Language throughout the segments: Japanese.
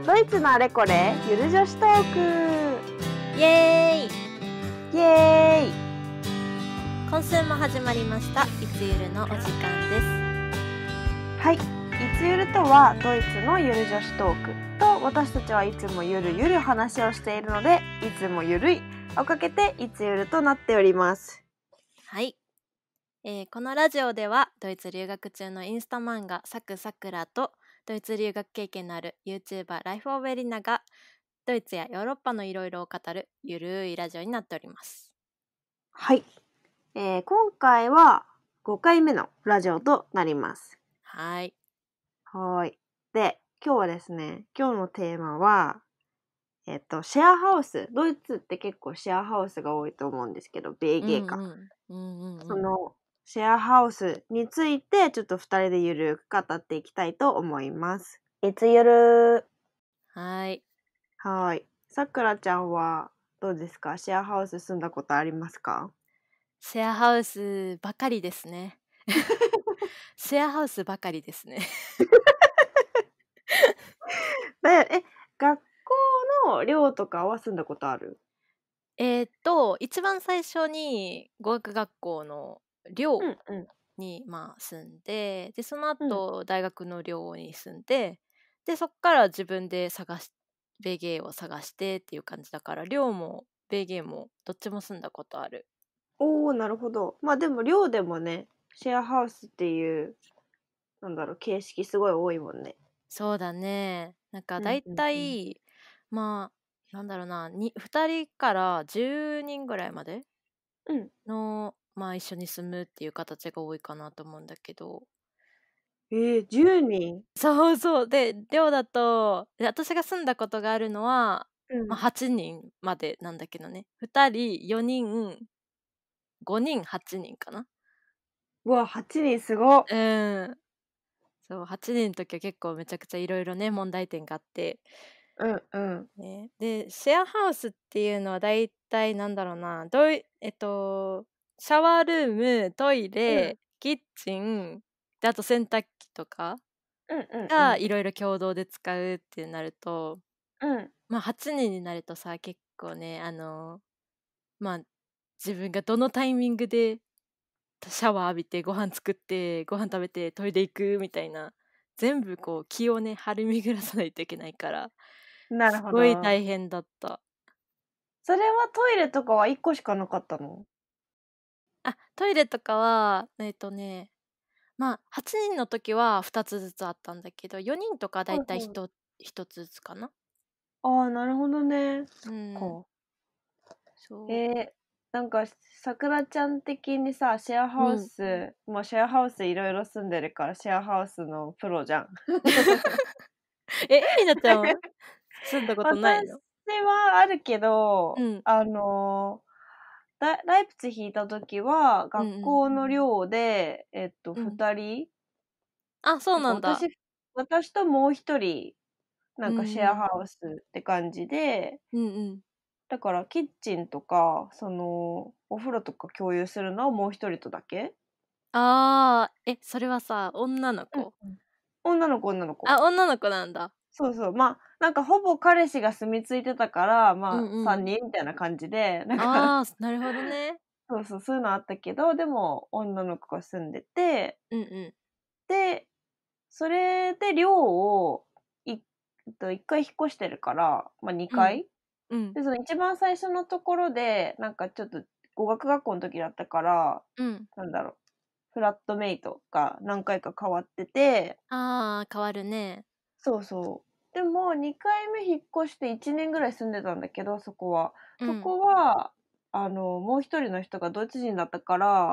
ドイツのあれこれゆる女子トークイエーイ。 イエーイ。 今週も始まりましたいつゆるのお時間です。 はい、いつゆるとはドイツのゆる女子トークと、私たちはいつもゆるゆる話をしているので、いつもゆるいをかけていつゆるとなっております。 はい、このラジオではドイツ留学中のインスタ漫画サクサクラとドイツ留学経験のある YouTuber ライフオブエリナがドイツやヨーロッパのいろいろを語るゆるいラジオになっております。 はい、今回は5回目のラジオとなります。 はい。 で、今日はですね、今日のテーマはシェアハウス。ドイツって結構シェアハウスが多いと思うんですけど、米芸か。そのシェアハウスについてちょっと2人でゆるく語っていきたいと思います。いつゆる。 はい。 さくらちゃんはどうですか？シェアハウス住んだことありますか？ シェアハウスばかりですね。シェアハウスばかりですね。 学校の寮とかは住んだことある？ 一番最初に語学学校の寮に、住んで、でその後、大学の寮に住んで、でそっから自分で米芸を探してっていう感じだから、寮も米芸もどっちも住んだことある。 おー、なるほど。まあでも寮でもね、シェアハウスっていう形式すごい多いもんね。 そうだね。なんかだいたい2人から10人ぐらいまでの、一緒に住むっていう形が多いかなと思うんだけど。 10人？ そうそう。で、寮だと、私が住んだことがあるのは、8人までなんだけどね。2人、4人、5人、8人かな。 うわ、8人すごっ。 そう、8人の時は結構めちゃくちゃいろいろね、問題点があって。ね、で、シェアハウスっていうのはだいたいシャワールーム、トイレ、キッチン、であと洗濯機とかがいろいろ共同で使うってなると、8人になるとさ、結構ね、自分がどのタイミングでシャワー浴びてご飯作ってご飯食べてトイレ行くみたいな、全部こう気をね張り巡らさないといけないから、すごい大変だった。 それはトイレとかは1個しかなかったの？ トイレとかは8人の時は2つずつあったんだけど、4人とかだいたい1つずつかな。 なるほどね。なんかさくらちゃん的にさ、シェアハウス、シェアハウスいろいろ住んでるからシェアハウスのプロじゃん。 エリナちゃんは住んだことないの？ 私はあるけど、ライプツィヒいた時は学校の寮で、2人。 そうなんだ。 私ともう一人なんかシェアハウスって感じで、だからキッチンとかお風呂とか共有するのはもう一人とだけ。 それはさ、女の子？ 女の子。 女の子なんだ。 そうそう。なんかほぼ彼氏が住み着いてたから、3人みたいな感じで、 なるほどね。 そういうのあったけど、でも女の子が住んでて、で、それで寮を1回引っ越してるから、2階、で、その一番最初のところで、なんかちょっと語学学校の時だったから、フラットメイトが何回か変わってて。 変わるね。 そうそう。でも2回目引っ越して1年ぐらい住んでたんだけど、そこはもう一人の人がドイツ人だったから、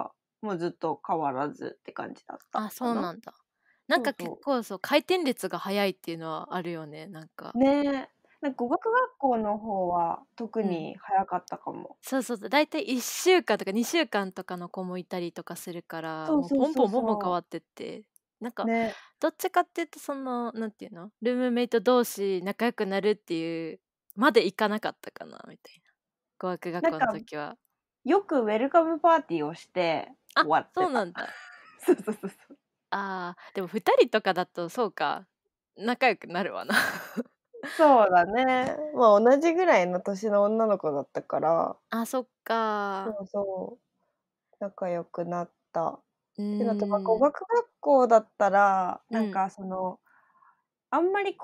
もうずっと変わらずって感じだったかな。 そうなんだ。なんか結構回転率が早いっていうのはあるよね、なんか。 ね。なんか語学学校の方は特に早かったかも。 そうそうそう。だいたい1週間とか2週間とかの子もいたりとかするから、もうポンポン変わってって、なんかどっちかっていうとなんていうの？ルームメイト同士仲良くなるっていうまでいかなかったかなみたいな。語学学校の時は。 よくウェルカムパーティーをして終わってた。 そうなんだ。 そう。 でも2人とかだとそうか、仲良くなるわな。 そうだね。まあ、同じぐらいの年の女の子だったから、 あ、そっか。 そうそう、仲良くなったっうていうのと、ま、語ーん。 学学校だったら、 うん。 あんまり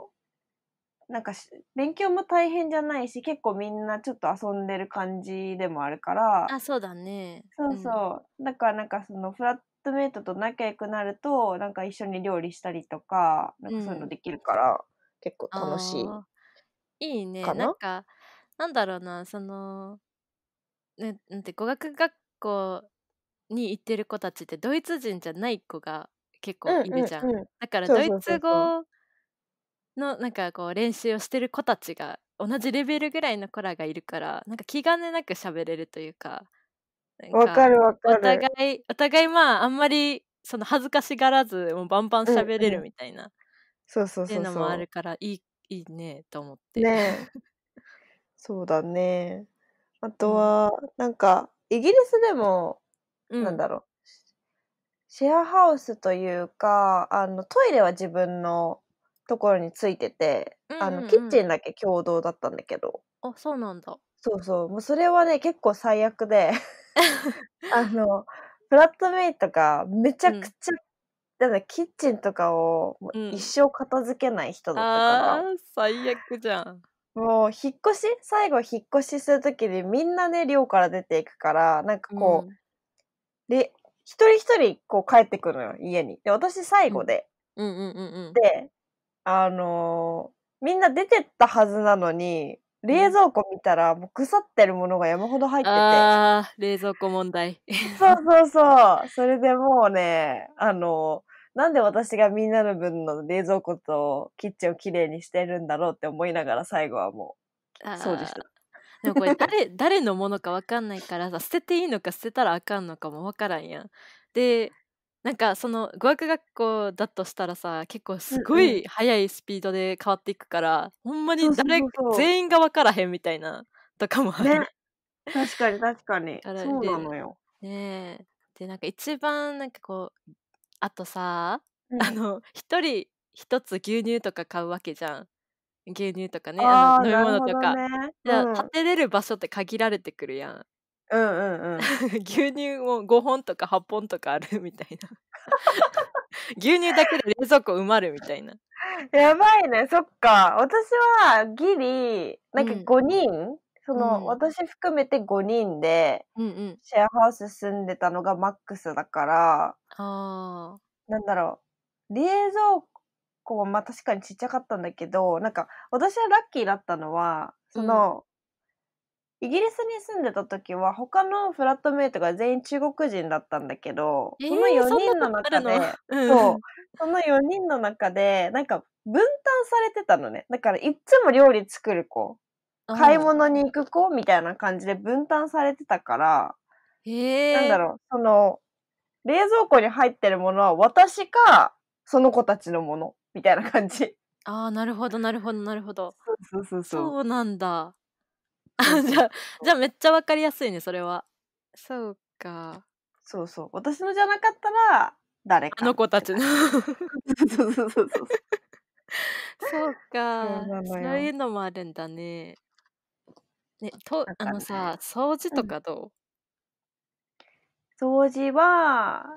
勉強も大変じゃないし、結構みんなちょっと遊んでる感じでもあるから、 あ、そうだね。 そううん。 そう。だからフラットメイトと仲良くなると、一緒に料理したりとか、そういうのうん。 できるから、結構楽しいああ、いいね。 かな。 なんだろうな、ね、なんて語学学校に行ってる子たちってドイツ人じゃない子が結構うんいるじゃん。 うんうん。 だからそうそうそドイツうそう。 語の練習をしてる子たちが同じレベルぐらいの子らがいるから、気兼ねなく喋れるというか、なんかわかるわかる。 お互いまあ、あんまり恥ずかしがらず、もうバンバンうん喋れるうん。 みたいなっそうそうていうのもあるそうそから、いいねと思っう。 て。 ねえ、そうだね。あうん。 とは、イギリスでも、 うん。 なんだろう、シェアハウスというか、トイレは自分のところについてて、 うんキッうんうん。 チンだけ共同だったんだけど、 あ、そうなんだ。 そうそう、もうそれはね、結構最悪で、あの、フラットメイトがめちうん。 ゃくちゃ、キッチンとかをもう一うん。 生片付けない人だったから、 ああ、最悪じゃん。 もう最後引っ越しする時にみんなね、寮から出ていくから、 うん。 で、一人一人帰ってくるのよ、家に。で、私最うん。 後で。 うんうんうんうん。 で、あの、みんな出てったはずなのに、 うん。 冷蔵庫見たら、もう腐ってるものが山ほど入ってて。 ああ、冷蔵庫問題。 そうそうそう。それでもうね、なんで私がみんなの分の冷蔵庫とキッチンをきれいにしてるんだろうって思いながら最後はもう掃除ああ、 してた。 でもこれ誰のものかわかんないからさ、捨てていいのか捨てたらあかんのかもわからんやん。で、語学学校だとしたらさ、結構すごうんうん。 い速いスピードで変わっていくから、ほんまにそうそうそうそ全員がわからへんみたいなとかもう。 ある。 ね、確かに確かに。 からそうなで、 のよ。 ねえ。で、一番あとさ、 うん。 一人一つ牛乳とか買うわけじゃん。牛乳とかね、 ああ、 飲みなる物とか。 ほどね。 じゃあ、 うん。 立てれる場所って限られてくるやん。 うんうんうん。 牛乳も5本とか8本とかあるみたいな。牛乳だけで冷蔵庫埋まるみたいな。 やばいね、そっか。私はギリ、 うん。 5人、 うん。 私含めて5人でうんうん。 シェアハウス住んでたのがマックスだから、 ああ。 なんだろ冷蔵庫は、確かにちっちゃかったんだけど、私はラッキーだったのは、 うん。 イギリスに住んでた時は、他のフラットメイトが全員中国人だったんだけど、 えそのえ、そん 4 な人のことあるの？ 中でうん。 そう、その4人の中で、分担されてたのね。だからいっつも料理作る子、買いああ。 物に行く子みたいな感じで分担されてたから、 へえ。 冷蔵庫に入ってるものは私か、その子たちのものみたいな感じ。 ああ、なるほどなるほどなるほど。 そうそうそうそう。 そうなんだ。あ、 そうそうそうそう。 じゃあめっちゃ分かりやすいね、それは。そうか。 そうそう。私のじゃなかったら、誰あのかっ子たちの。 て感じ。そうそうそうそうそう。 そうか、 そうなのそういうよ。 のもあるんだね。ね、 だからね。 掃除うん。 とかどう？ 掃除は、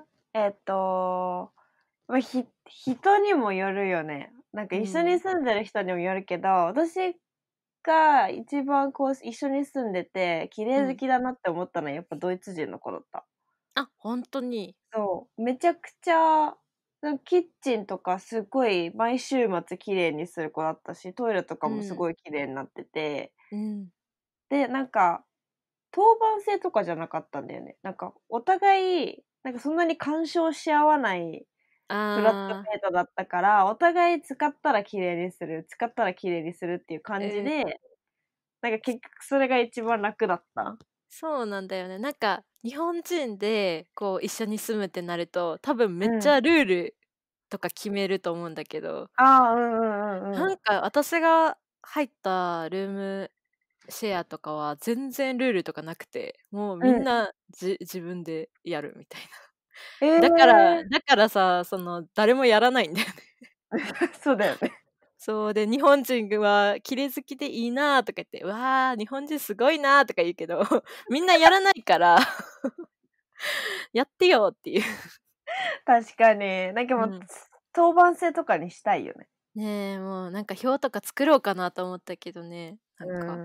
人にもよるよね。一緒にうん。 住んでる人にもよるけど、私が一番一緒に住んでて、綺麗好うん。 きだなって思ったのはやっぱドイツ人の子だった。 あ、ほんとに。 そう、めちゃくちゃ、キッチンとかすごい毎週末綺麗にする子だったし、トイレとかもすうん。 ごい綺麗になってて、 うん。 で、当番制とかじゃなかったんだよね。お互い、そんなに干渉し合わないフラットああ、 メイトだったから、お互い使ったら綺麗にする、使ったら綺麗にするっていう感じうん、 で、結局それが一番楽だった。 そうなんだよね。日本人で一緒に住むってなると、多分めうん。 っちゃルールとか決めると思うんだけど、 ああ、うんうんうんうん。 私が入ったルームシェアとかは全然ルールとかなくて、もううん。 みんな自分でやるみたいな。 ええ。 だからさ、誰もやらないんだよね。 そうだよね。 そうで、日本人は綺麗好きでいいなとか言って、うわー日本人すごいなとか言うけどみんなやらないからやってよっていう確かに。なんかもう、当番制とかにしたいよね。 ねえ、もうなんか表とか作ろうかなと思ったけどね。なんか、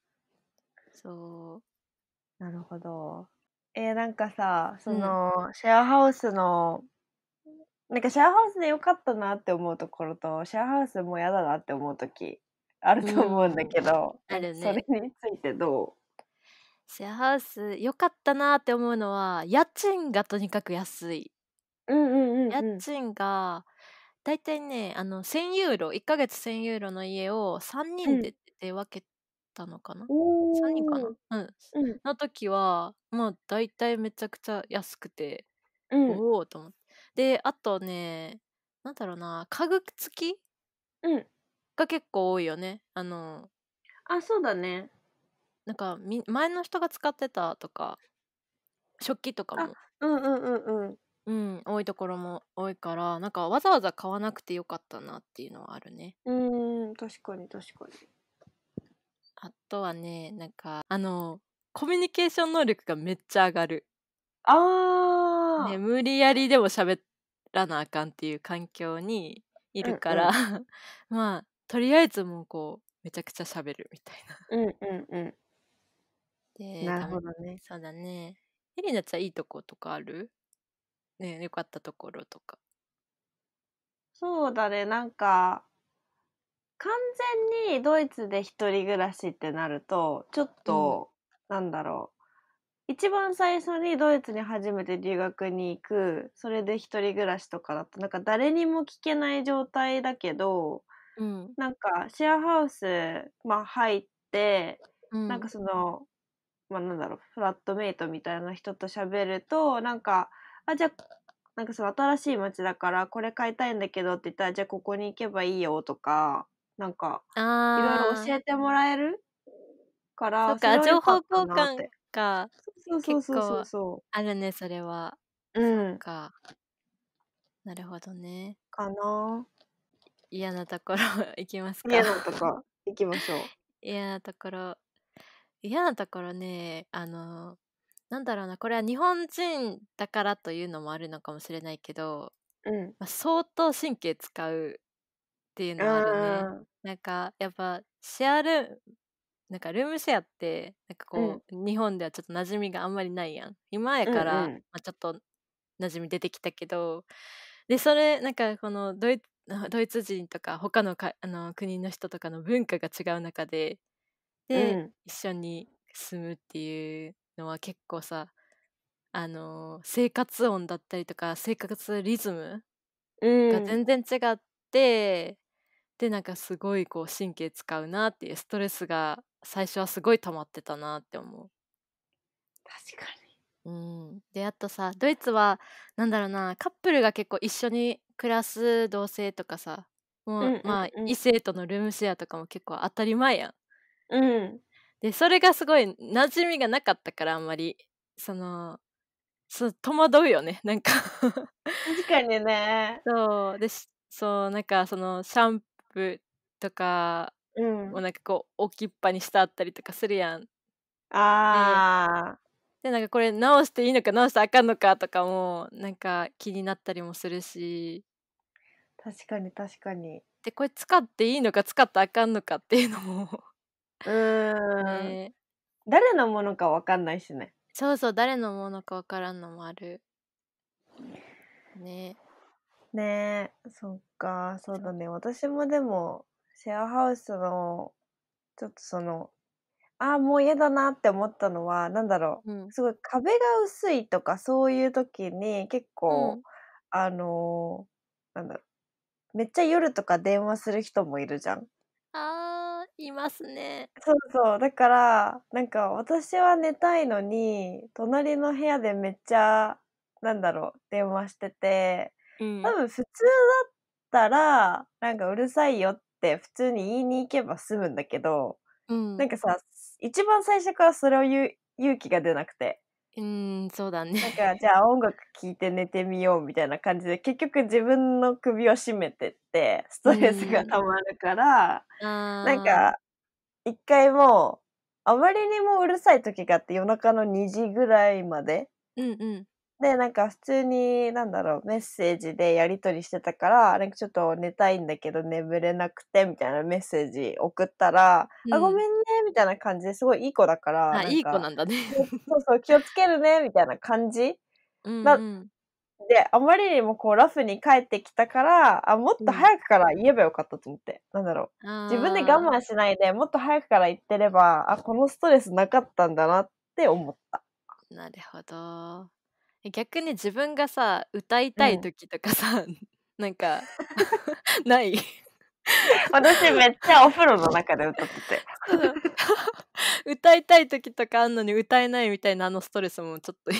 そう。 なるほど。なんかさ、その、シェアハウスの、なんかシェアハウスで良かったなって思うところと、シェアハウスもう嫌だなって思うときあると思うんだけど、 あるね。 それについてどう？ シェアハウス良かったなって思うのは、家賃がとにかく安い。家賃がだいたいね、1000ユーロ、1ヶ月1000ユーロの家を3人で手分けたのかな？ 3 人かな？の時は、まあ、だいたいめちゃくちゃ安くて、おおと思って。で、あとね、なんだろうな、家具付きが結構多いよね。 あ、そうだね。 なんか、前の人が使ってたとか、食器とかも、多いところも多いから、なんかわざわざ買わなくてよかったなっていうのはあるね。 確かに確かに。 あとはね、なんか、コミュニケーション能力がめっちゃ上がる。ね、無理やりでも喋らなあかんっていう環境にいるから、まあ、とりあえずもうこう、めちゃくちゃ喋るみたいな。で、 なるほどね。 そうだね。エリナちゃんいいとことかある？ね、良かったところとか。 そうだね、なんか、完全にドイツで一人暮らしってなると、ちょっと、なんだろう。一番最初にドイツに初めて留学に行く、それで一人暮らしとかだと、なんか誰にも聞けない状態だけど、なんかシェアハウス、まあ入って、なんかその、まあなんだろう、フラットメイトみたいな人と喋ると、なんか、あ、じゃあ、なんかその新しい街だからこれ買いたいんだけどって言ったら、じゃあここに行けばいいよとか、なんか、いろいろ教えてもらえるから、それそっか、情報は良かった交換なって。 がそうそうそうそうそう。 あるね、それは。そっか。なるほどね。 かな。 嫌なところ行きますか。 嫌なとこ行きましょ嫌なところ。嫌なところね、なんだろうな、これは日本人だからというのもあるのかもしれないけど、相当神経使うっていうのはあるね。なんか、やっぱ、なんかルームシェアって、なんかこう、日本ではちょっと馴染みがあんまりないやん。今やから、ちょっと馴染み出てきたけど、で、なんかこのドイツ人とか他の国の人とかの文化が違う中で、一緒に住むっていうのは結構さ、生活音だったりとか生活リズムが全然違って、で、なんかすごいこう神経使うなっていうストレスが最初はすごい溜まってたなって思う。 確かで、あとさ、ドイツはなんだろうな、カップルが結構一緒に暮らす同性とかさ、もう、まあ、異性とのルームシェアとかも結構当たり前やん。で、それがすごい馴染みがなかったからあんまり、戸惑うよね、なんか確かにね。 そう、なんかそのシャンプーとかをなんかこう置きっぱにしてあったりとかするやん。で、なんかこれ直していいのか直したらあかんのかとかもなんか気になったりもするし。 確かに確かに。 で、これ使っていいのか使ったらあかんのかっていうのもね。誰のものかわかんないしね。 そうそう、誰のものかわからんのもある。ね。 ねえ、そっか、そうだね。私もでも、シェアハウスの、ちょっとその、もう嫌だなって思ったのは、なんだろう、すごい壁が薄いとかそういう時に結構、なんだろう、めっちゃ夜とか電話する人もいるじゃん。 いますね。 そうそう。だから、なんか私は寝たいのに、隣の部屋でめっちゃ、なんだろう、電話してて、多分普通だったら、なんかうるさいよって普通に言いに行けば済むんだけど、なんかさ、一番最初からそれを言う勇気が出なくて。 そうだね。 なんかじゃあ音楽聴いて寝てみようみたいな感じで結局自分の首を絞めてってストレスがたまるから、なんか一回もうあまりにもうるさい時があって、夜中の2時ぐらいまで。で、なんか普通にメッセージでやり取りしてたから、なんかちょっと寝たいんだけど眠れなくてみたいなメッセージ送ったら、あ、ごめんねみたいな感じですごいいい子だから、 いい子なんだね。 そうそう、気をつけるねみたいな感じで、あまりにもこうラフに帰ってきたから、もっと早くから言えばよかったと思って。自分で我慢しないでもっと早くから言ってれば、このストレスなかったんだなって思った。 なるほど。逆に自分がさ、歌いたい時とかさ、なんかない？ 私めっちゃお風呂の中で歌ってて。 歌いたい時とかあんのに歌えないみたいなストレスもちょっと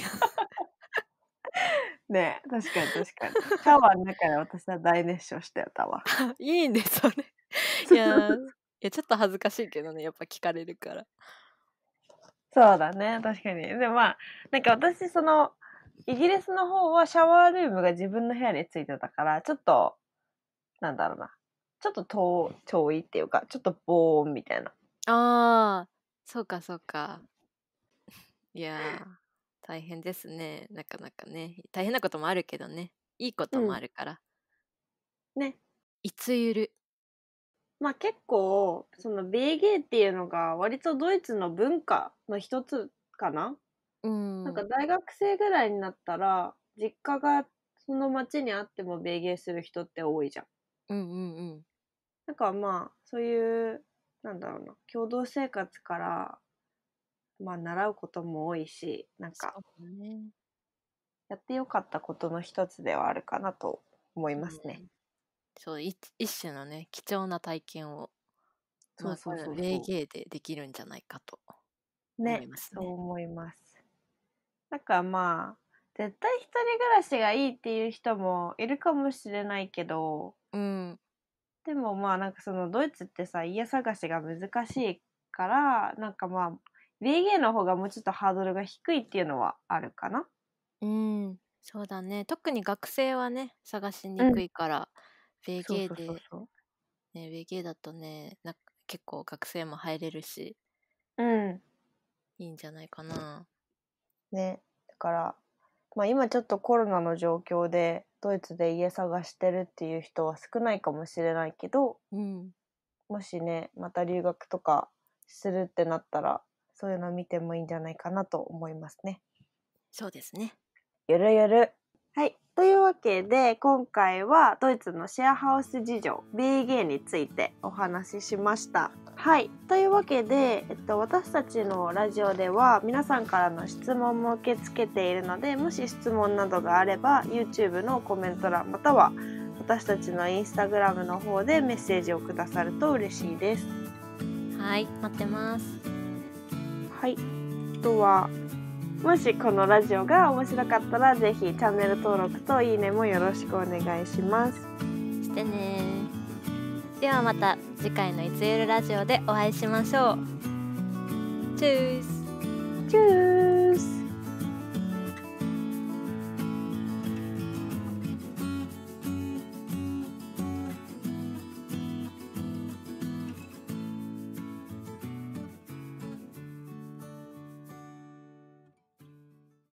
ねえ、確かに。シャワーの中で私は大熱唱してたわ。 いいね、それ。いや、ちょっと恥ずかしいけどね、やっぱ聞かれるから。 そうだね、確かに。で、なんか私イギリスの方はシャワールームが自分の部屋についてたから、ちょっと、ちょっと遠いっていうか、ちょっと防音みたいな。 そうかそうか。いや大変ですね。なかなかね。大変なこともあるけどね。いいこともあるから。 ね。 いつゆる。 結構、ベーゲーっていうのが割とドイツの文化の一つかな。なんか大学生ぐらいになったら、実家がその町にあってもベーゲーする人って多いじゃん。なんかそういう、共同生活から習うことも多いし、なんか、やってよかったことの一つではあるかなと思いますね。 そう、一種のね、貴重な体験を、ベーゲーでできるんじゃないかと思いますね。 そう思います。なんか絶対一人暮らしがいいっていう人もいるかもしれないけど、でもなんかドイツってさ、家探しが難しいから、なんかベーゲーの方がもうちょっとハードルが低いっていうのはあるかな。 そうだね。特に学生はね、探しにくいから、ベーゲーで、ベーゲーだとね、結構学生も入れるし、いいんじゃないかな。 ね、だから今ちょっとコロナの状況でドイツで家探してるっていう人は少ないかもしれないけど、もしねまた留学とかするってなったらそういうの見てもいいんじゃないかなと思いますね。 そうですね。 ゆるゆる。はい。というわけで今回はドイツのシェアハウス事情、ベーゲーについてお話ししました。はい。というわけで、私たちのラジオでは皆さんからの質問も受け付けているので、もし質問などがあれば YouTube のコメント欄または私たちの Instagram の方でメッセージをくださると嬉しいです。 はい、待ってます。 はい。あとはもしこのラジオが面白かったらぜひチャンネル登録といいねもよろしくお願いします。 してね。ではまた次回のいつゆるラジオでお会いしましょう。チュース。 チュース。